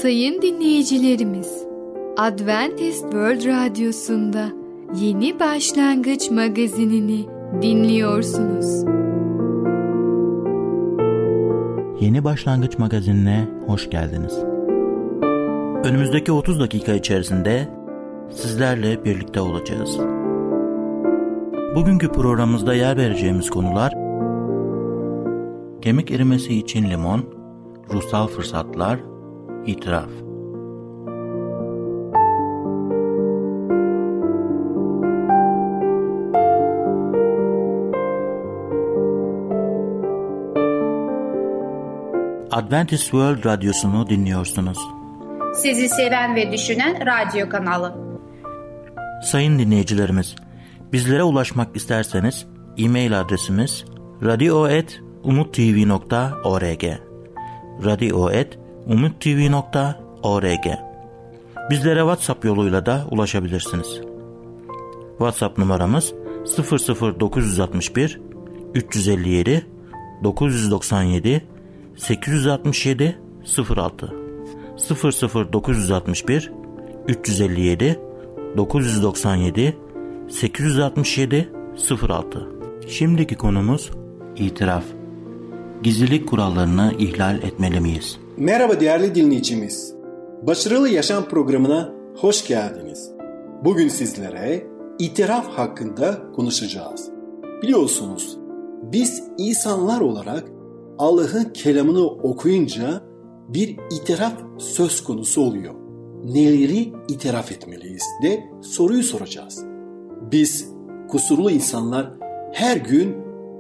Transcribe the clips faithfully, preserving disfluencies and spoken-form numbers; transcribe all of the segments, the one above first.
Sayın dinleyicilerimiz, Adventist World Radyosu'nda Yeni Başlangıç Magazinini dinliyorsunuz. Yeni Başlangıç Magazinine hoş geldiniz. Önümüzdeki otuz dakika içerisinde sizlerle birlikte olacağız. Bugünkü programımızda yer vereceğimiz konular: kemik erimesi için limon, ruhsal fırsatlar, itiraf. Adventist World Radyosu'nu dinliyorsunuz. Sizi seven ve düşünen radyo kanalı. Sayın dinleyicilerimiz, bizlere ulaşmak isterseniz e-mail adresimiz radio at umuttv nokta org radio at umuttv nokta org. Bizlere WhatsApp yoluyla da ulaşabilirsiniz. WhatsApp numaramız sıfır sıfır dokuz altı bir üç yüz elli yedi dokuz yüz doksan yedi sekiz yüz altmış yedi sıfır altı sıfır sıfır dokuz altı bir üç yüz elli yedi dokuz yüz doksan yedi sekiz yüz altmış yedi sıfır altı. Şimdiki konumuz itiraf. Gizlilik kurallarını ihlal etmeli miyiz? Merhaba değerli dinleyicimiz. Başarılı Yaşam programına hoş geldiniz. Bugün sizlere itiraf hakkında konuşacağız. Biliyorsunuz, biz insanlar olarak Allah'ın kelamını okuyunca bir itiraf söz konusu oluyor. Neleri itiraf etmeliyiz de soruyu soracağız. Biz kusurlu insanlar her gün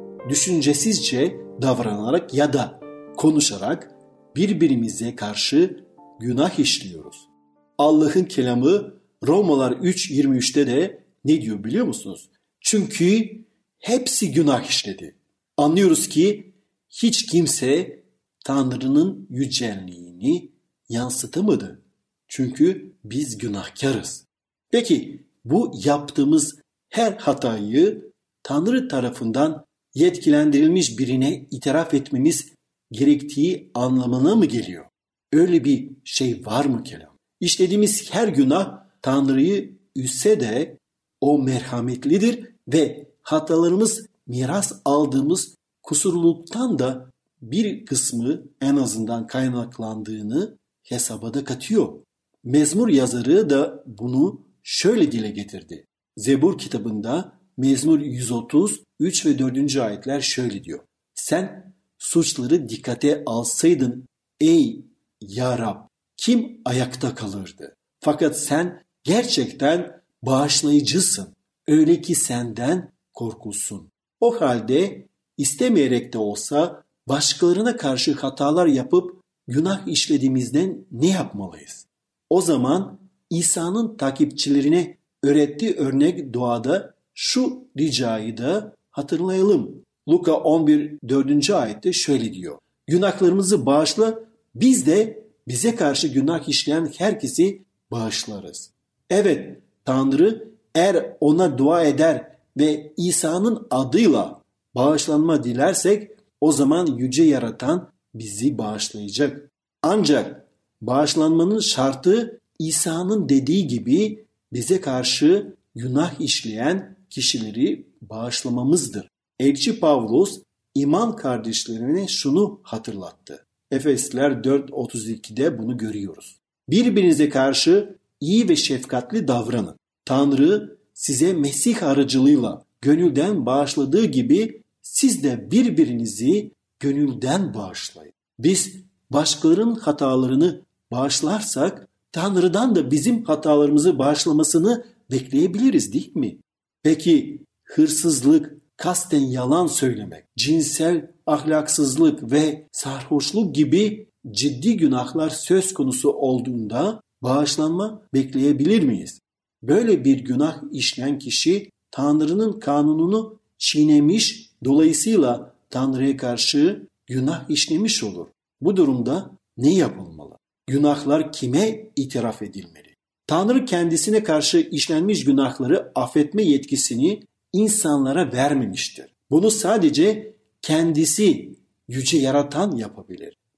düşüncesizce davranarak ya da konuşarak birbirimize karşı günah işliyoruz. Allah'ın kelamı Romalılar üç yirmi üçte de ne diyor biliyor musunuz? Çünkü hepsi günah işledi. Anlıyoruz ki hiç kimse Tanrı'nın yücelliğini yansıtamadı. Çünkü biz günahkarız. Peki bu yaptığımız her hatayı Tanrı tarafından yetkilendirilmiş birine itiraf etmemiz gerektiği anlamına mı geliyor? Öyle bir şey var mı kelam? İşlediğimiz her günah Tanrı'yı üzse de o merhametlidir ve hatalarımız miras aldığımız kusurluluktan da bir kısmı en azından kaynaklandığını hesaba da katıyor. Mezmur yazarı da bunu şöyle dile getirdi. Zebur kitabında Mezmur yüz otuz üç ve dördüncü ayetler şöyle diyor. Sen suçları dikkate alsaydın ey ya Rab, kim ayakta kalırdı? Fakat sen gerçekten bağışlayıcısın. Öyle ki senden korkulsun. O halde istemeyerek de olsa başkalarına karşı hatalar yapıp günah işlediğimizden ne yapmalıyız? O zaman İsa'nın takipçilerine öğrettiği örnek duada şu ricayı da hatırlayalım. Luka on bir dördüncü ayette şöyle diyor. Günahlarımızı bağışla, biz de bize karşı günah işleyen herkesi bağışlarız. Evet, Tanrı eğer ona dua eder ve İsa'nın adıyla bağışlanma dilersek o zaman yüce yaratan bizi bağışlayacak. Ancak bağışlanmanın şartı İsa'nın dediği gibi bize karşı günah işleyen kişileri bağışlamamızdır. Elçi Pavlos iman kardeşlerine şunu hatırlattı. Efesliler dört otuz ikide bunu görüyoruz. Birbirinize karşı iyi ve şefkatli davranın. Tanrı size Mesih aracılığıyla gönülden bağışladığı gibi siz de birbirinizi gönülden bağışlayın. Biz başkalarının hatalarını bağışlarsak Tanrı'dan da bizim hatalarımızı bağışlamasını bekleyebiliriz değil mi? Peki hırsızlık, kasten yalan söylemek, cinsel ahlaksızlık ve sarhoşluk gibi ciddi günahlar söz konusu olduğunda bağışlanma bekleyebilir miyiz? Böyle bir günah işleyen kişi Tanrı'nın kanununu çiğnemiş, dolayısıyla Tanrı'ya karşı günah işlemiş olur. Bu durumda ne yapılmalı? Günahlar kime itiraf edilmeli? Tanrı kendisine karşı işlenmiş günahları affetme yetkisini insanlara vermemiştir. Bunu sadece kendisi yüce yaratan yapabilir.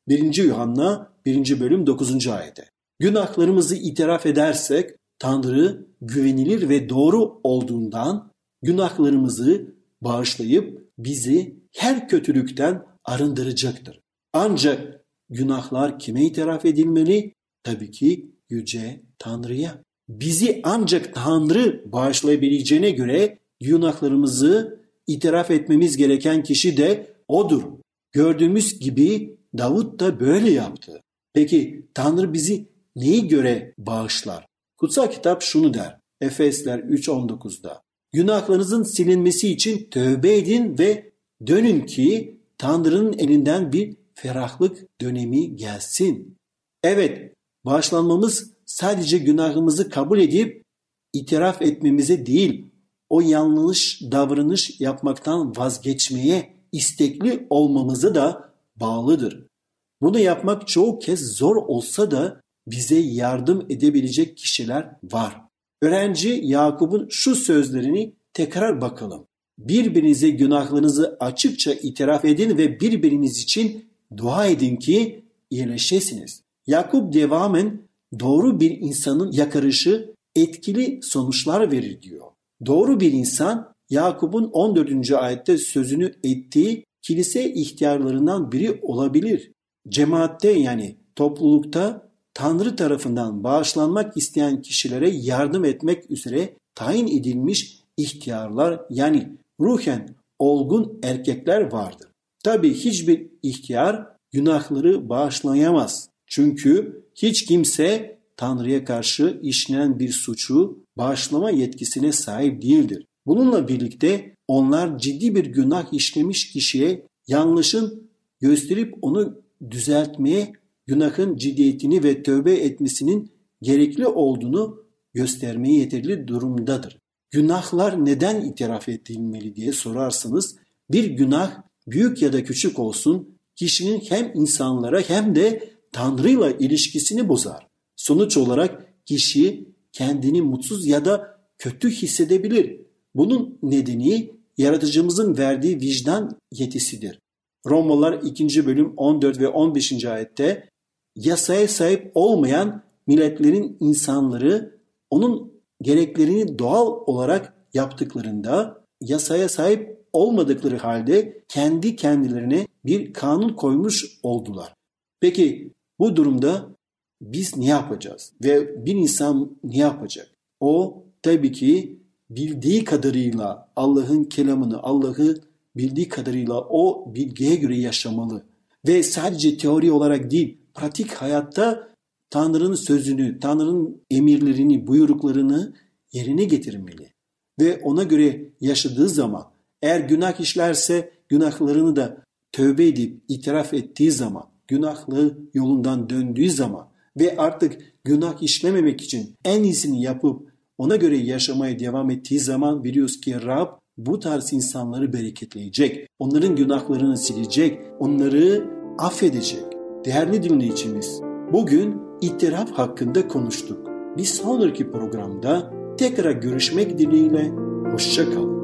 birinci Yuhanna birinci bölüm dokuzuncu ayete. Günahlarımızı itiraf edersek Tanrı güvenilir ve doğru olduğundan günahlarımızı bağışlayıp bizi her kötülükten arındıracaktır. Ancak günahlar kime itiraf edilmeli? Tabii ki Yüce Tanrı'ya. Bizi ancak Tanrı bağışlayabileceğine göre günahlarımızı itiraf etmemiz gereken kişi de O'dur. Gördüğümüz gibi Davut da böyle yaptı. Peki Tanrı bizi neyi göre bağışlar? Kutsal kitap şunu der. Efesler üç on dokuzda. Günahlarınızın silinmesi için tövbe edin ve dönün ki Tanrı'nın elinden bir ferahlık dönemi gelsin. Evet, bağışlanmamız sadece günahımızı kabul edip itiraf etmemize değil, o yanlış davranış yapmaktan vazgeçmeye istekli olmamıza da bağlıdır. Bunu yapmak çoğu kez zor olsa da bize yardım edebilecek kişiler var. Öğrenci Yakup'un şu sözlerini tekrar bakalım. Birbirinize günahlarınızı açıkça itiraf edin ve birbiriniz için dua edin ki iyileşesiniz. Yakup devamen doğru bir insanın yakarışı etkili sonuçlar verir diyor. Doğru bir insan Yakup'un on dördüncü ayette sözünü ettiği kilise ihtiyarlarından biri olabilir. Cemaatte yani toplulukta Tanrı tarafından bağışlanmak isteyen kişilere yardım etmek üzere tayin edilmiş ihtiyarlar yani ruhen olgun erkekler vardır. Tabii hiçbir ihtiyar günahları bağışlayamaz. Çünkü hiç kimse Tanrı'ya karşı işlenen bir suçu bağışlama yetkisine sahip değildir. Bununla birlikte onlar ciddi bir günah işlemiş kişiye yanlışın gösterip onu düzeltmeye, günahın ciddiyetini ve tövbe etmesinin gerekli olduğunu göstermeye yeterli durumdadır. Günahlar neden itiraf edilmeli diye sorarsanız, bir günah büyük ya da küçük olsun kişinin hem insanlara hem de Tanrı'yla ilişkisini bozar. Sonuç olarak kişi kendini mutsuz ya da kötü hissedebilir. Bunun nedeni yaratıcımızın verdiği vicdan yetisidir. Romalılar ikinci bölüm on dört ve on beşinci ayette yasaya sahip olmayan milletlerin insanları onun gereklerini doğal olarak yaptıklarında yasaya sahip olmadıkları halde kendi kendilerine bir kanun koymuş oldular. Peki bu durumda biz ne yapacağız? Ve bir insan ne yapacak? O tabii ki bildiği kadarıyla Allah'ın kelamını, Allah'ı bildiği kadarıyla o bilgiye göre yaşamalı. Ve sadece teori olarak değil, pratik hayatta Tanrı'nın sözünü, Tanrı'nın emirlerini, buyruklarını yerine getirmeli. Ve ona göre yaşadığı zaman, eğer günah işlerse günahlarını da tövbe edip itiraf ettiği zaman, günahlı yolundan döndüğü zaman ve artık günah işlememek için en iyisini yapıp ona göre yaşamaya devam ettiği zaman biliyoruz ki Rab bu tarz insanları bereketleyecek, onların günahlarını silecek, onları affedecek. Değerli dinleyicimiz, bugün itiraf hakkında konuştuk. Bir sonraki programda tekrar görüşmek dileğiyle, hoşça kalın.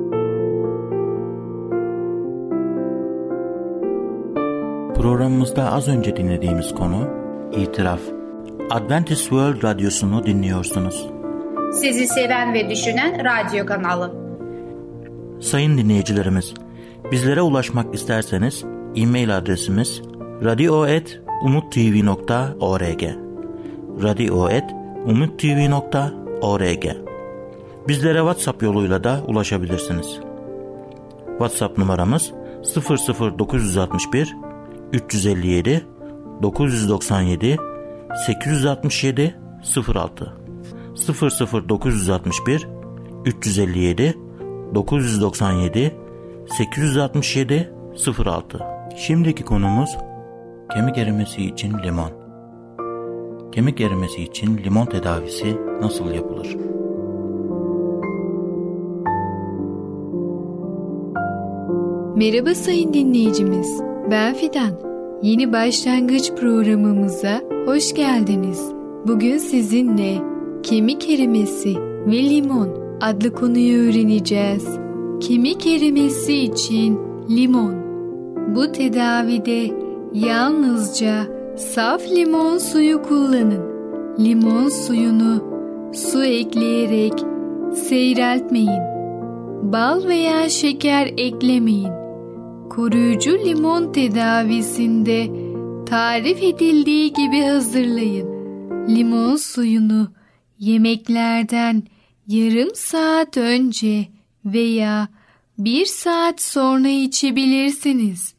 Programımızda az önce dinlediğimiz konu itiraf. Adventist World Radyosu'nu dinliyorsunuz. Sizi seven ve düşünen radyo kanalı. Sayın dinleyicilerimiz, bizlere ulaşmak isterseniz e-mail adresimiz radio et umuttv nokta org radio et umuttv nokta org. Bizlere WhatsApp yoluyla da ulaşabilirsiniz. WhatsApp numaramız sıfır sıfır dokuz altı bir üç yüz elli yedi dokuz yüz doksan yedi sekiz yüz altmış yedi sıfır altı sıfır sıfır dokuz altı bir üç yüz elli yedi dokuz yüz doksan yedi sekiz yüz altmış yedi sıfır altı. Şimdiki konumuz kemik erimesi için limon. Kemik erimesi için limon tedavisi nasıl yapılır? Merhaba sayın dinleyicimiz, ben Fidan. Yeni başlangıç programımıza hoş geldiniz. Bugün sizinle kemik erimesi ve limon adlı konuyu öğreneceğiz. Kemik erimesi için limon. Bu tedavide Yalnızca saf limon suyu kullanın. Limon suyunu su ekleyerek seyreltmeyin. Bal veya şeker eklemeyin. Koruyucu limon tedavisinde tarif edildiği gibi hazırlayın. Limon suyunu yemeklerden yarım saat önce veya bir saat sonra içebilirsiniz.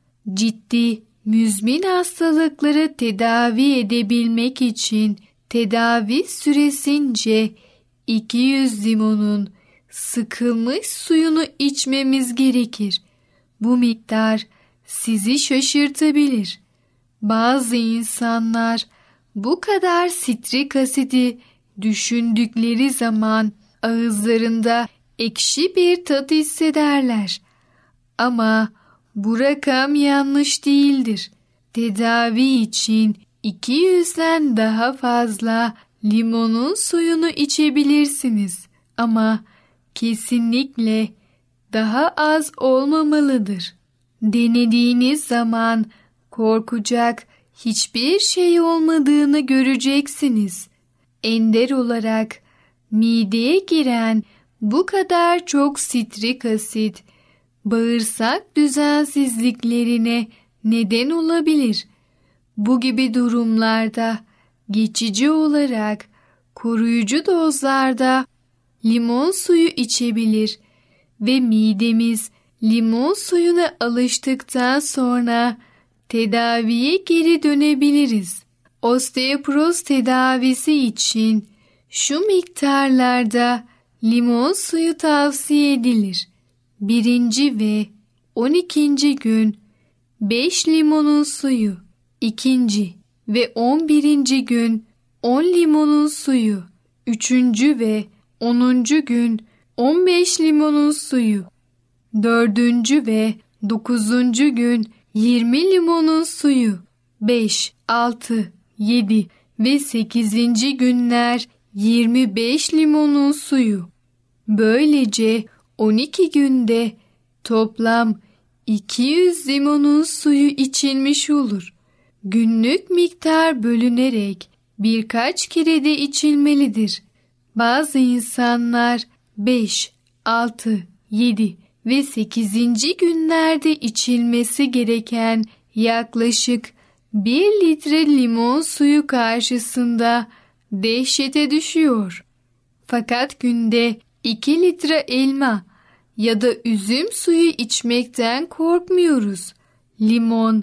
Ciddi, müzmin hastalıkları tedavi edebilmek için tedavi süresince iki yüz limonun sıkılmış suyunu içmemiz gerekir. Bu miktar sizi şaşırtabilir. Bazı insanlar bu kadar sitrik asidi düşündükleri zaman ağızlarında ekşi bir tat hissederler. Ama bu rakam yanlış değildir. Tedavi için iki yüzden daha fazla limonun suyunu içebilirsiniz. Ama kesinlikle daha az olmamalıdır. Denediğiniz zaman korkacak hiçbir şey olmadığını göreceksiniz. Ender olarak mideye giren bu kadar çok sitrik asit bağırsak düzensizliklerine neden olabilir. Bu gibi durumlarda geçici olarak koruyucu dozlarda limon suyu içebilir ve midemiz limon suyuna alıştıktan sonra tedaviye geri dönebiliriz. Osteoporoz tedavisi için şu miktarlarda limon suyu tavsiye edilir. Birinci ve on ikinci gün beş limonun suyu, ikinci ve on birinci gün on limonun suyu, üçüncü ve onuncu gün on beş limonun suyu, dördüncü ve dokuzuncu gün yirmi limonun suyu, beş, altı, yedi ve sekizinci günler yirmi beş limonun suyu. Böylece on iki günde toplam iki yüz limonun suyu içilmiş olur. Günlük miktar bölünerek birkaç kere de içilmelidir. Bazı insanlar beş, altı, yedi ve sekizinci günlerde içilmesi gereken yaklaşık bir litre limon suyu karşısında dehşete düşüyor. Fakat günde iki litre elma ya da üzüm suyu içmekten korkmuyoruz. Limon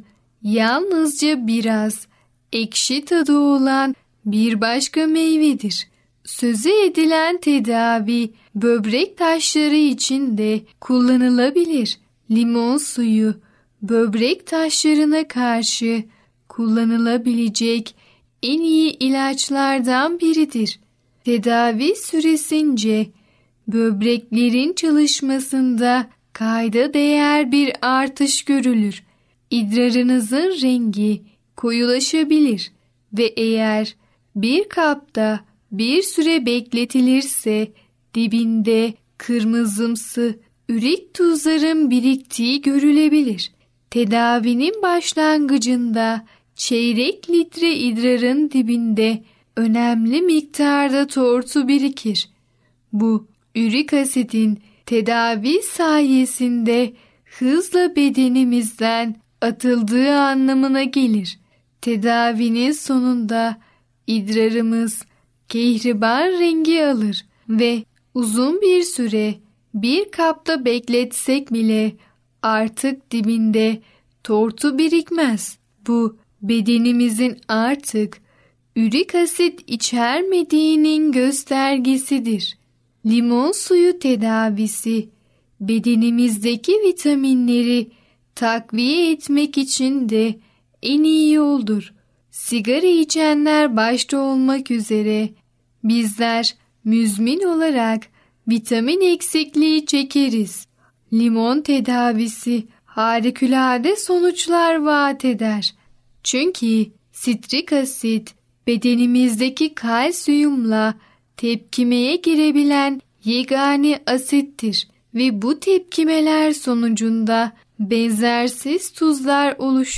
yalnızca biraz ekşi tadı olan bir başka meyvedir. Sözü edilen tedavi böbrek taşları için de kullanılabilir. Limon suyu böbrek taşlarına karşı kullanılabilecek en iyi ilaçlardan biridir. Tedavi süresince böbreklerin çalışmasında kayda değer bir artış görülür. İdrarınızın rengi koyulaşabilir ve eğer bir kapta bir süre bekletilirse dibinde kırmızımsı ürik tuzların biriktiği görülebilir. Tedavinin başlangıcında çeyrek litre idrarın dibinde önemli miktarda tortu birikir. Bu ürik asidin tedavi sayesinde hızla bedenimizden atıldığı anlamına gelir. Tedavinin sonunda idrarımız kehribar rengi alır ve uzun bir süre bir kapta bekletsek bile artık dibinde tortu birikmez. Bu bedenimizin artık ürik asit içermediğinin göstergesidir. Limon suyu tedavisi bedenimizdeki vitaminleri takviye etmek için de en iyi yoldur. Sigara içenler başta olmak üzere bizler müzmin olarak vitamin eksikliği çekeriz. Limon tedavisi harikulade sonuçlar vaat eder. Çünkü sitrik asit bedenimizdeki kalsiyumla tepkimeye girebilen yegane asittir ve bu tepkimeler sonucunda benzersiz tuzlar oluşur.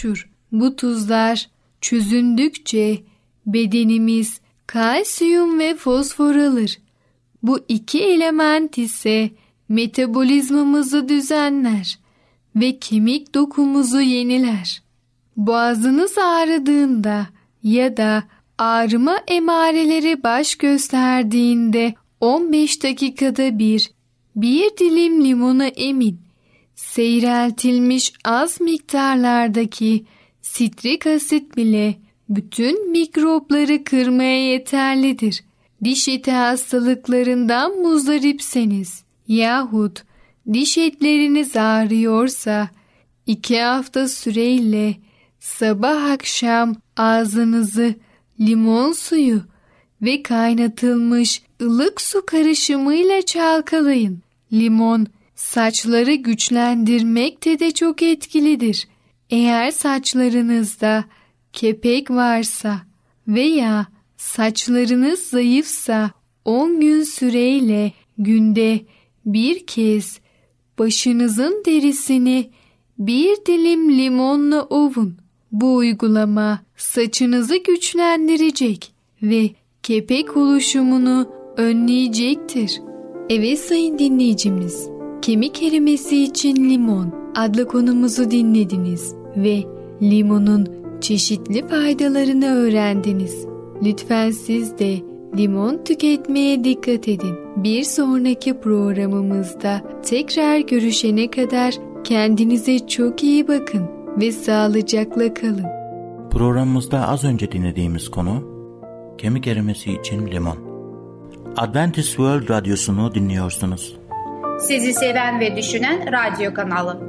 Bu tuzlar çözündükçe bedenimiz kalsiyum ve fosfor alır. Bu iki element ise metabolizmamızı düzenler ve kemik dokumuzu yeniler. Boğazınız ağrıdığında ya da ağrıma emareleri baş gösterdiğinde on beş dakikada bir bir dilim limonu emin. Seyreltilmiş az miktarlardaki sitrik asit bile bütün mikropları kırmaya yeterlidir. Diş eti hastalıklarından muzdaripseniz yahut diş etleriniz ağrıyorsa iki hafta süreyle sabah akşam ağzınızı limon suyu ve kaynatılmış ılık su karışımıyla çalkalayın. Limon saçları güçlendirmekte de çok etkilidir. Eğer saçlarınızda kepek varsa veya saçlarınız zayıfsa on gün süreyle günde bir kez başınızın derisini bir dilim limonla ovun. Bu uygulama saçınızı güçlendirecek ve kepek oluşumunu önleyecektir. Evet sayın dinleyicimiz, kemik erimesi için limon adlı konumuzu dinlediniz ve limonun çeşitli faydalarını öğrendiniz. Lütfen siz de limon tüketmeye dikkat edin. Bir sonraki programımızda tekrar görüşene kadar kendinize çok iyi bakın ve sağlıcakla kalın. Programımızda az önce dinlediğimiz konu kemik erimesi için limon. Adventist World Radyosu'nu dinliyorsunuz. Sizi seven ve düşünen radyo kanalı.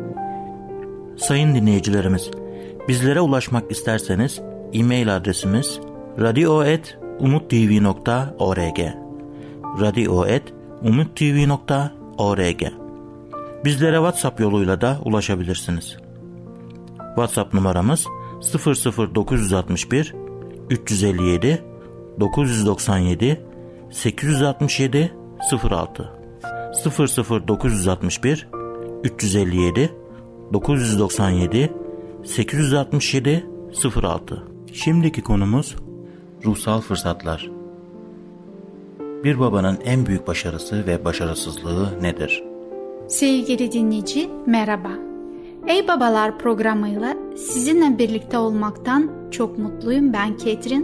Sayın dinleyicilerimiz, bizlere ulaşmak isterseniz e-mail adresimiz radio et umuttv nokta org radio et umuttv nokta org. Bizlere WhatsApp yoluyla da ulaşabilirsiniz. WhatsApp numaramız sıfır sıfır dokuz altı bir üç yüz elli yedi dokuz yüz doksan yedi sekiz yüz altmış yedi sıfır altı sıfır sıfır dokuz altı bir üç yüz elli yedi dokuz yüz doksan yedi sekiz yüz altmış yedi sıfır altı. Şimdiki konumuz ruhsal fırsatlar. Bir babanın en büyük başarısı ve başarısızlığı nedir? Sevgili dinleyici, merhaba. Ey Babalar programıyla sizinle birlikte olmaktan çok mutluyum. Ben Ketrin.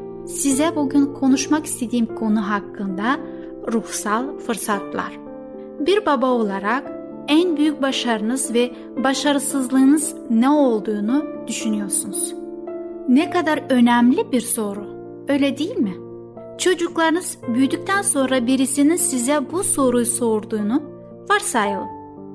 Size bugün konuşmak istediğim konu hakkında ruhsal fırsatlar. Bir baba olarak en büyük başarınız ve başarısızlığınız ne olduğunu düşünüyorsunuz. Ne kadar önemli bir soru, öyle değil mi? Çocuklarınız büyüdükten sonra birisinin size bu soruyu sorduğunu varsayalım.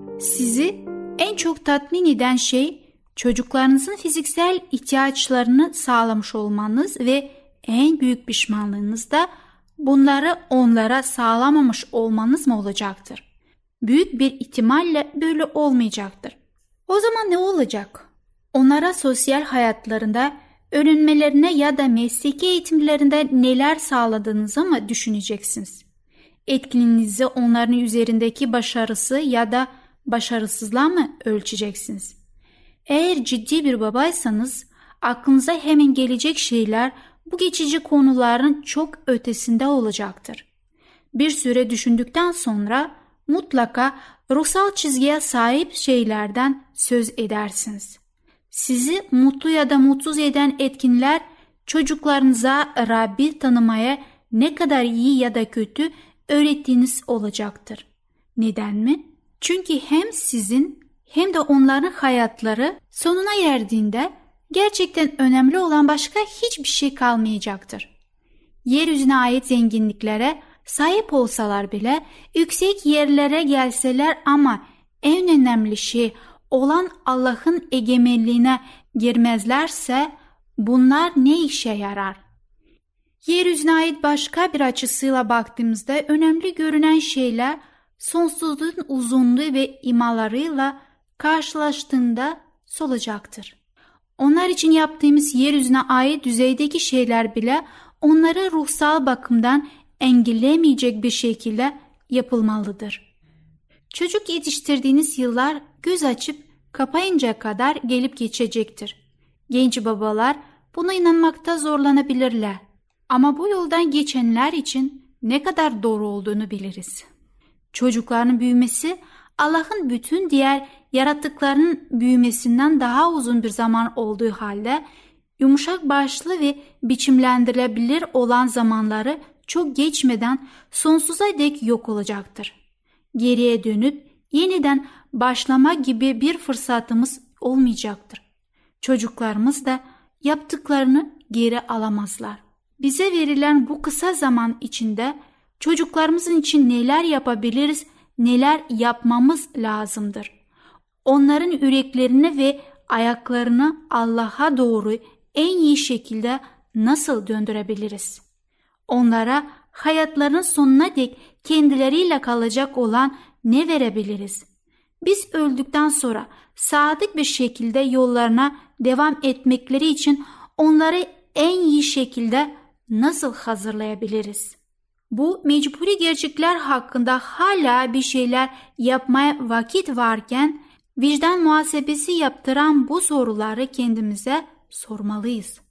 Sizi en çok tatmin eden şey çocuklarınızın fiziksel ihtiyaçlarını sağlamış olmanız ve en büyük pişmanlığınız da bunları onlara sağlamamış olmanız mı olacaktır? Büyük bir ihtimalle böyle olmayacaktır. O zaman ne olacak? Onlara sosyal hayatlarında öğrenmelerine ya da mesleki eğitimlerinde neler sağladığınızı mı düşüneceksiniz? Etkinliğinizi onların üzerindeki başarısı ya da başarısızlığa mı ölçeceksiniz? Eğer ciddi bir babaysanız aklınıza hemen gelecek şeyler bu geçici konuların çok ötesinde olacaktır. Bir süre düşündükten sonra mutlaka ruhsal çizgiye sahip şeylerden söz edersiniz. Sizi mutlu ya da mutsuz eden etkinler çocuklarınıza Rabbi tanımaya ne kadar iyi ya da kötü öğrettiğiniz olacaktır. Neden mi? Çünkü hem sizin hem de onların hayatları sonuna erdiğinde gerçekten önemli olan başka hiçbir şey kalmayacaktır. Yeryüzüne ait zenginliklere sahip olsalar bile, yüksek yerlere gelseler ama en önemli şey olan Allah'ın egemenliğine girmezlerse bunlar ne işe yarar? Yeryüzüne ait başka bir açısıyla baktığımızda önemli görünen şeyler sonsuzluğun uzunluğu ve imalarıyla karşılaştığında solacaktır. Onlar için yaptığımız yeryüzüne ait düzeydeki şeyler bile onları ruhsal bakımdan engellemeyecek bir şekilde yapılmalıdır. Çocuk yetiştirdiğiniz yıllar göz açıp kapayıncaya kadar gelip geçecektir. Genç babalar buna inanmakta zorlanabilirler. Ama bu yoldan geçenler için ne kadar doğru olduğunu biliriz. Çocukların büyümesi Allah'ın bütün diğer yaratıklarının büyümesinden daha uzun bir zaman olduğu halde yumuşak başlı ve biçimlendirilebilir olan zamanları çok geçmeden sonsuza dek yok olacaktır. Geriye dönüp yeniden başlama gibi bir fırsatımız olmayacaktır. Çocuklarımız da yaptıklarını geri alamazlar. Bize verilen bu kısa zaman içinde çocuklarımızın için neler yapabiliriz, neler yapmamız lazımdır. Onların yüreklerini ve ayaklarını Allah'a doğru en iyi şekilde nasıl döndürebiliriz? Onlara hayatlarının sonuna dek kendileriyle kalacak olan ne verebiliriz? Biz öldükten sonra sadık bir şekilde yollarına devam etmekleri için onları en iyi şekilde nasıl hazırlayabiliriz? Bu mecburi gerçekler hakkında hala bir şeyler yapmaya vakit varken vicdan muhasebesi yaptıran bu soruları kendimize sormalıyız.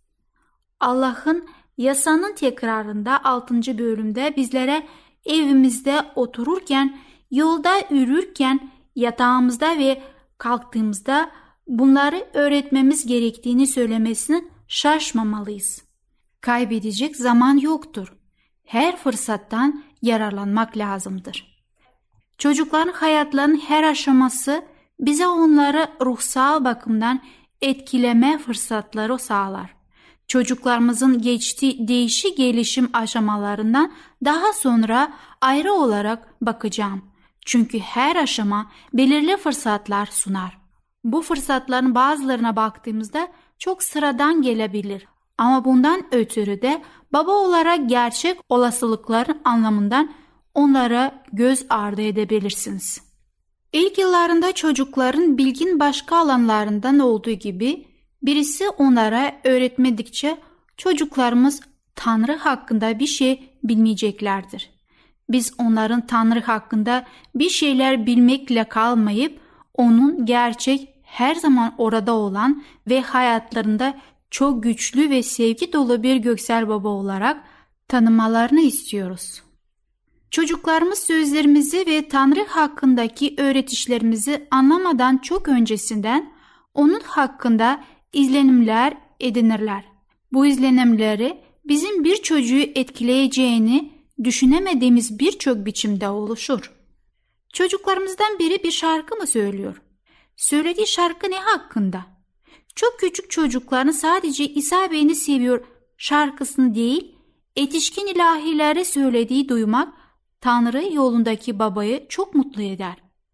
Allah'ın yasanın tekrarında altıncı bölümde bizlere evimizde otururken, yolda yürürken, yatağımızda ve kalktığımızda bunları öğretmemiz gerektiğini söylemesini şaşmamalıyız. Kaybedecek zaman yoktur. Her fırsattan yararlanmak lazımdır. Çocukların hayatlarının her aşaması bize onları ruhsal bakımdan etkileme fırsatları sağlar. Çocuklarımızın geçtiği değişik gelişim aşamalarından daha sonra ayrı olarak bakacağım. Çünkü her aşama belirli fırsatlar sunar. Bu fırsatların bazılarına baktığımızda çok sıradan gelebilir. Ama bundan ötürü de baba olarak gerçek olasılıkların anlamından onlara göz ardı edebilirsiniz. İlk yıllarında çocukların bilgin başka alanlarından olduğu gibi birisi onlara öğretmedikçe çocuklarımız Tanrı hakkında bir şey bilmeyeceklerdir. Biz onların Tanrı hakkında bir şeyler bilmekle kalmayıp onun gerçek, her zaman orada olan ve hayatlarında çok güçlü ve sevgi dolu bir göksel baba olarak tanımalarını istiyoruz. Çocuklarımız sözlerimizi ve Tanrı hakkındaki öğretişlerimizi anlamadan çok öncesinden onun hakkında izlenimler edinirler. Bu izlenimleri bizim bir çocuğu etkileyeceğini düşünemediğimiz birçok biçimde oluşur. Çocuklarımızdan biri bir şarkı mı söylüyor? Söylediği şarkı ne hakkında? Çok küçük çocukların sadece İsa beni seviyor şarkısını değil, yetişkin ilahileri söylediği duymak Tanrı yolundaki babayı çok mutlu eder.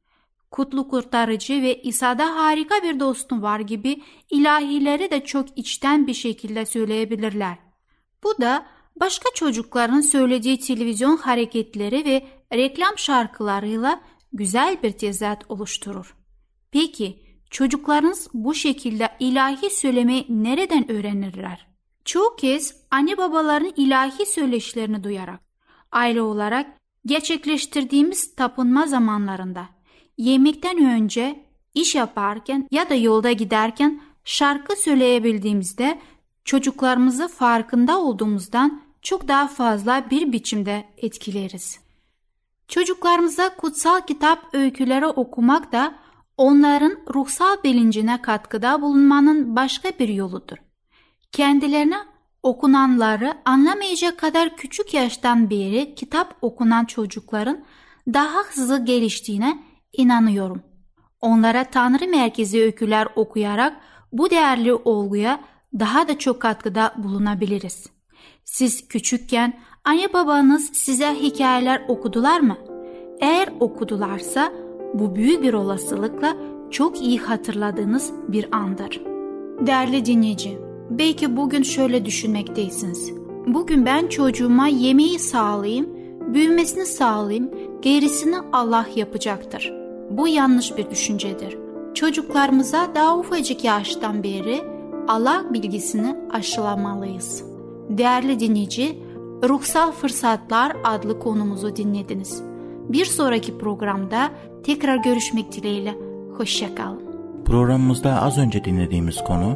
Kutlu kurtarıcı ve İsa'da harika bir dostum var gibi ilahileri de çok içten bir şekilde söyleyebilirler. Bu da başka çocukların söylediği televizyon hareketleri ve reklam şarkılarıyla güzel bir tezat oluşturur. Peki çocuklarınız bu şekilde ilahi söylemeyi nereden öğrenirler? Çoğu kez anne babaların ilahi söyleşilerini duyarak, aile olarak gerçekleştirdiğimiz tapınma zamanlarında, yemekten önce, iş yaparken ya da yolda giderken şarkı söyleyebildiğimizde çocuklarımızı farkında olduğumuzdan çok daha fazla bir biçimde etkileriz. Çocuklarımıza kutsal kitap öyküleri okumak da onların ruhsal bilincine katkıda bulunmanın başka bir yoludur. Kendilerine okunanları anlamayacak kadar küçük yaştan beri kitap okunan çocukların daha hızlı geliştiğine inanıyorum. Onlara Tanrı merkezi öyküler okuyarak bu değerli olguya daha da çok katkıda bulunabiliriz. Siz küçükken anne babanız size hikayeler okudular mı? Eğer okudularsa bu büyük bir olasılıkla çok iyi hatırladığınız bir andır. Değerli dinleyici, belki bugün şöyle düşünmekteysiniz. Bugün ben çocuğuma yemeği sağlayayım, büyümesini sağlayayım, gerisini Allah yapacaktır. Bu yanlış bir düşüncedir. Çocuklarımıza daha ufacık yaştan beri Allah bilgisini aşılamalıyız. Değerli dinleyici, Ruhsal Fırsatlar adlı konumuzu dinlediniz. Bir sonraki programda tekrar görüşmek dileğiyle. Hoşça kalın. Programımızda az önce dinlediğimiz konu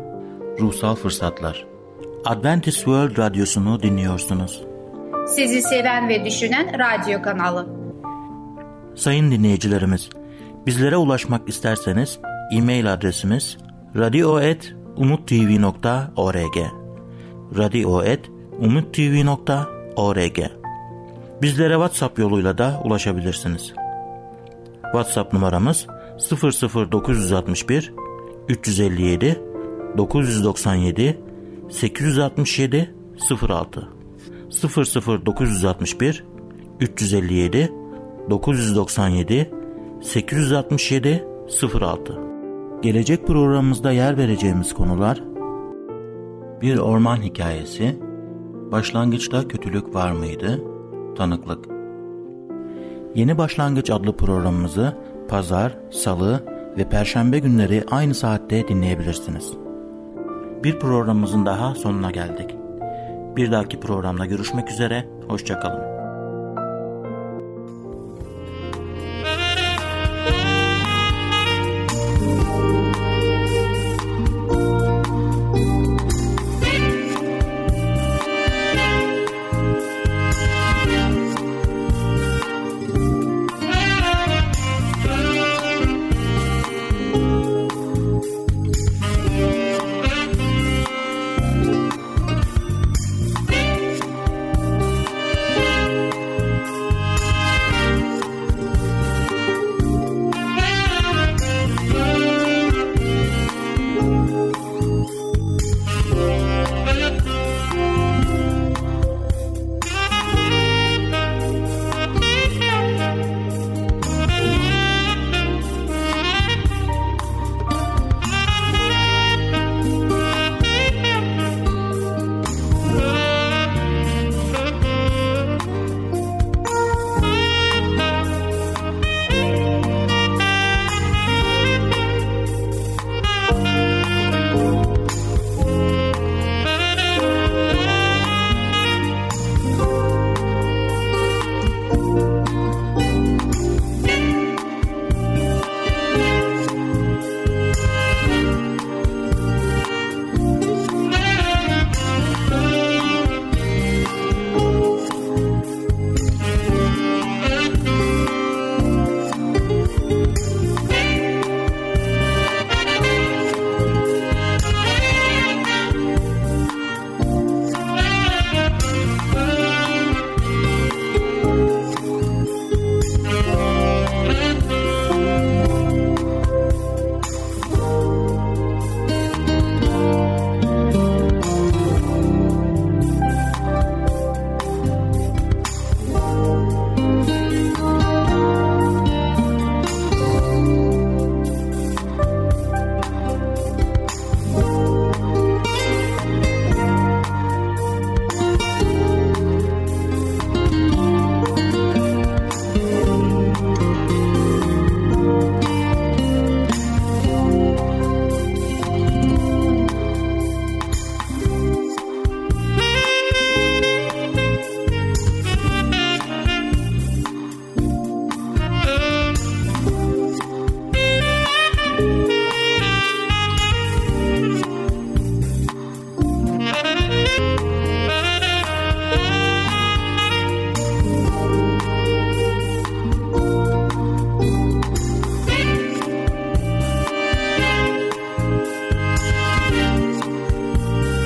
ruhsal fırsatlar. Adventist World Radyosu'nu dinliyorsunuz. Sizi seven ve düşünen radyo kanalı. Sayın dinleyicilerimiz, bizlere ulaşmak isterseniz e-mail adresimiz radio at umuttv nokta org radio at umuttv nokta org. Bizlere WhatsApp yoluyla da ulaşabilirsiniz. WhatsApp numaramız sıfır sıfır dokuz altı bir üç elli yedi dokuz doksan yedi sekiz altı yedi sıfır altı sıfır sıfır dokuz altı bir üç elli yedi dokuz doksan yedi sekiz altı yedi sıfır altı. Gelecek programımızda yer vereceğimiz konular: bir orman hikayesi, başlangıçta kötülük var mıydı, tanıklık. Yeni Başlangıç adlı programımızı pazar, salı ve perşembe günleri aynı saatte dinleyebilirsiniz. Bir programımızın daha sonuna geldik. Bir dahaki programda görüşmek üzere, hoşça kalın.